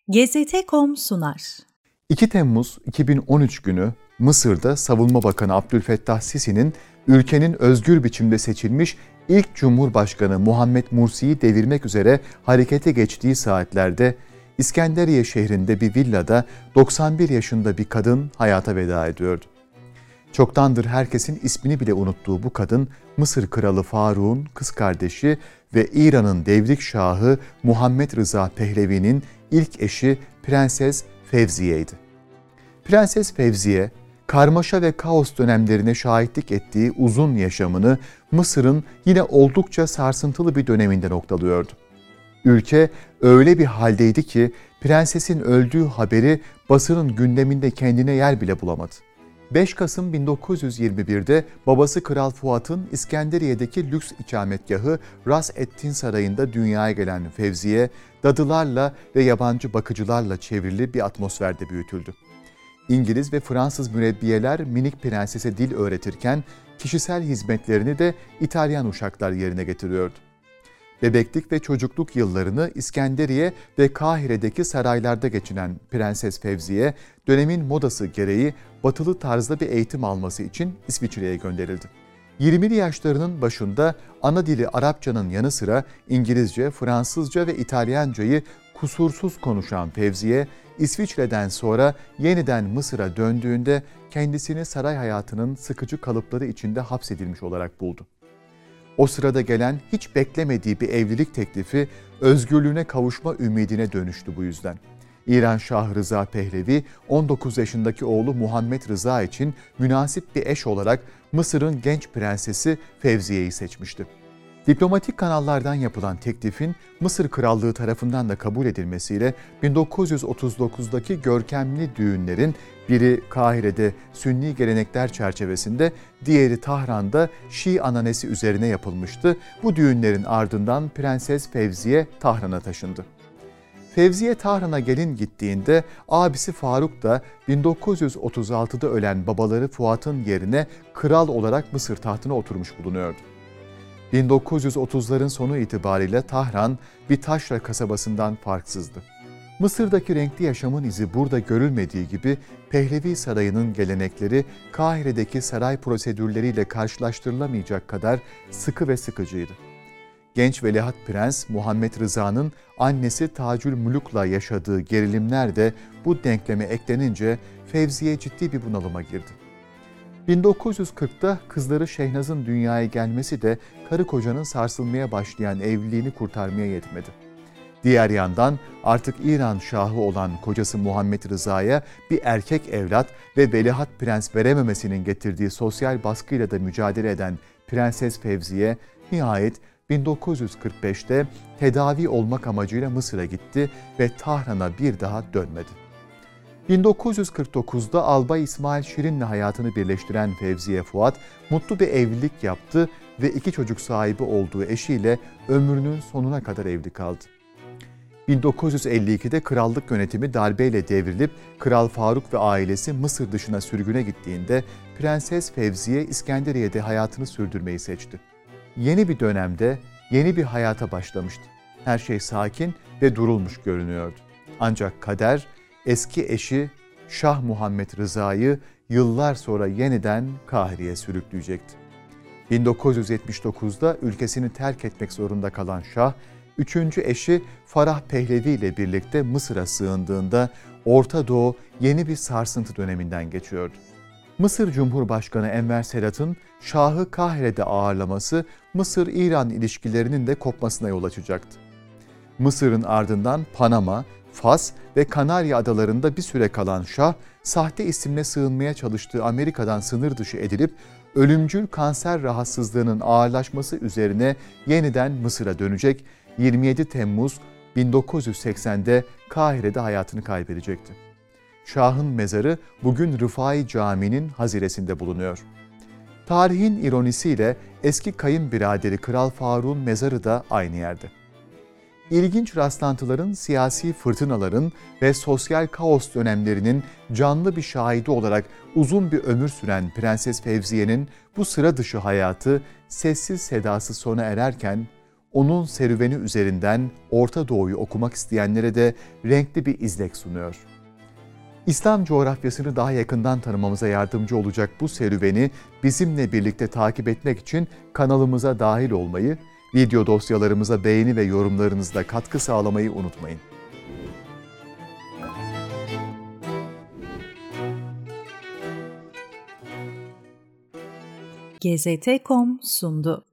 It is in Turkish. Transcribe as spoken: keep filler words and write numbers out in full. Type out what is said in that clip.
G Z T nokta com sunar. iki Temmuz iki bin on üç günü Mısır'da Savunma Bakanı Abdülfettah Sisi'nin ülkenin özgür biçimde seçilmiş ilk Cumhurbaşkanı Muhammed Mursi'yi devirmek üzere harekete geçtiği saatlerde İskenderiye şehrinde bir villada doksan bir yaşında bir kadın hayata veda ediyordu. Çoktandır herkesin ismini bile unuttuğu bu kadın, Mısır Kralı Faruk'un kız kardeşi ve İran'ın devrik şahı Muhammed Rıza Pehlevi'nin ilk eşi Prenses Fevziye'ydi. Prenses Fevziye, karmaşa ve kaos dönemlerine şahitlik ettiği uzun yaşamını Mısır'ın yine oldukça sarsıntılı bir döneminde noktalıyordu. Ülke öyle bir haldeydi ki prensesin öldüğü haberi basının gündeminde kendine yer bile bulamadı. beş Kasım bin dokuz yüz yirmi bir'de babası Kral Fuat'ın İskenderiye'deki lüks ikametgahı Ras Eddin Sarayı'nda dünyaya gelen Fevziye, dadılarla ve yabancı bakıcılarla çevrili bir atmosferde büyütüldü. İngiliz ve Fransız mürebbiyeler minik prensese dil öğretirken kişisel hizmetlerini de İtalyan uşaklar yerine getiriyordu. Bebeklik ve çocukluk yıllarını İskenderiye ve Kahire'deki saraylarda geçinen Prenses Fevziye, dönemin modası gereği batılı tarzda bir eğitim alması için İsviçre'ye gönderildi. yirmili yaşlarının başında ana dili Arapçanın yanı sıra İngilizce, Fransızca ve İtalyancayı kusursuz konuşan Fevziye, İsviçre'den sonra yeniden Mısır'a döndüğünde kendisini saray hayatının sıkıcı kalıpları içinde hapsedilmiş olarak buldu. O sırada gelen hiç beklemediği bir evlilik teklifi özgürlüğüne kavuşma ümidine dönüştü bu yüzden. İran Şahı Rıza Pehlevi on dokuz yaşındaki oğlu Muhammed Rıza için münasip bir eş olarak Mısır'ın genç prensesi Fevziye'yi seçmişti. Diplomatik kanallardan yapılan teklifin Mısır Krallığı tarafından da kabul edilmesiyle bin dokuz yüz otuz dokuz'daki görkemli düğünlerin biri Kahire'de Sünni gelenekler çerçevesinde, diğeri Tahran'da Şii ananesi üzerine yapılmıştı. Bu düğünlerin ardından Prenses Fevziye Tahran'a taşındı. Fevziye Tahran'a gelin gittiğinde abisi Faruk da bin dokuz yüz otuz altı'da ölen babaları Fuat'ın yerine kral olarak Mısır tahtına oturmuş bulunuyordu. bin dokuz yüz otuz'ların sonu itibariyle Tahran bir taşra kasabasından farksızdı. Mısır'daki renkli yaşamın izi burada görülmediği gibi Pehlevi Sarayı'nın gelenekleri Kahire'deki saray prosedürleriyle karşılaştırılamayacak kadar sıkı ve sıkıcıydı. Genç veliaht prens Muhammed Rıza'nın annesi Tacül Muluk'la yaşadığı gerilimler de bu denkleme eklenince Fevziye ciddi bir bunalıma girdi. bin dokuz yüz kırk'ta kızları Şehnaz'ın dünyaya gelmesi de karı kocanın sarsılmaya başlayan evliliğini kurtarmaya yetmedi. Diğer yandan artık İran Şahı olan kocası Muhammed Rıza'ya bir erkek evlat ve veliaht prens verememesinin getirdiği sosyal baskıyla da mücadele eden Prenses Fevziye nihayet bin dokuz yüz kırk beş'te tedavi olmak amacıyla Mısır'a gitti ve Tahran'a bir daha dönmedi. bin dokuz yüz kırk dokuz'da Albay İsmail Şirin'le hayatını birleştiren Fevziye Fuat, mutlu bir evlilik yaptı ve iki çocuk sahibi olduğu eşiyle ömrünün sonuna kadar evli kaldı. bin dokuz yüz elli iki'de krallık yönetimi darbeyle devrilip Kral Faruk ve ailesi Mısır dışına sürgüne gittiğinde Prenses Fevziye İskenderiye'de hayatını sürdürmeyi seçti. Yeni bir dönemde yeni bir hayata başlamıştı. Her şey sakin ve durulmuş görünüyordu. Ancak kader eski eşi Şah Muhammed Rıza'yı yıllar sonra yeniden Kahire'ye sürükleyecekti. bin dokuz yüz yetmiş dokuz'da ülkesini terk etmek zorunda kalan Şah, üçüncü eşi Farah Pehlevi ile birlikte Mısır'a sığındığında Orta Doğu yeni bir sarsıntı döneminden geçiyordu. Mısır Cumhurbaşkanı Enver Sedat'ın Şah'ı Kahire'de ağırlaması Mısır-İran ilişkilerinin de kopmasına yol açacaktı. Mısır'ın ardından Panama, Fas ve Kanarya adalarında bir süre kalan Şah, sahte isimle sığınmaya çalıştığı Amerika'dan sınır dışı edilip ölümcül kanser rahatsızlığının ağırlaşması üzerine yeniden Mısır'a dönecek, yirmi yedi Temmuz bin dokuz yüz seksen'de Kahire'de hayatını kaybedecekti. Şah'ın mezarı bugün Rıfai Camii'nin haziresinde bulunuyor. Tarihin ironisiyle eski kayınbiraderi Kral Faruk'un mezarı da aynı yerde. İlginç rastlantıların, siyasi fırtınaların ve sosyal kaos dönemlerinin canlı bir şahidi olarak uzun bir ömür süren Prenses Fevziye'nin bu sıra dışı hayatı sessiz sedasız sona ererken onun serüveni üzerinden Orta Doğu'yu okumak isteyenlere de renkli bir izlek sunuyor. İslam coğrafyasını daha yakından tanımamıza yardımcı olacak bu serüveni bizimle birlikte takip etmek için kanalımıza dahil olmayı, video dosyalarımıza beğeni ve yorumlarınızla katkı sağlamayı unutmayın. G Z T nokta com sundu.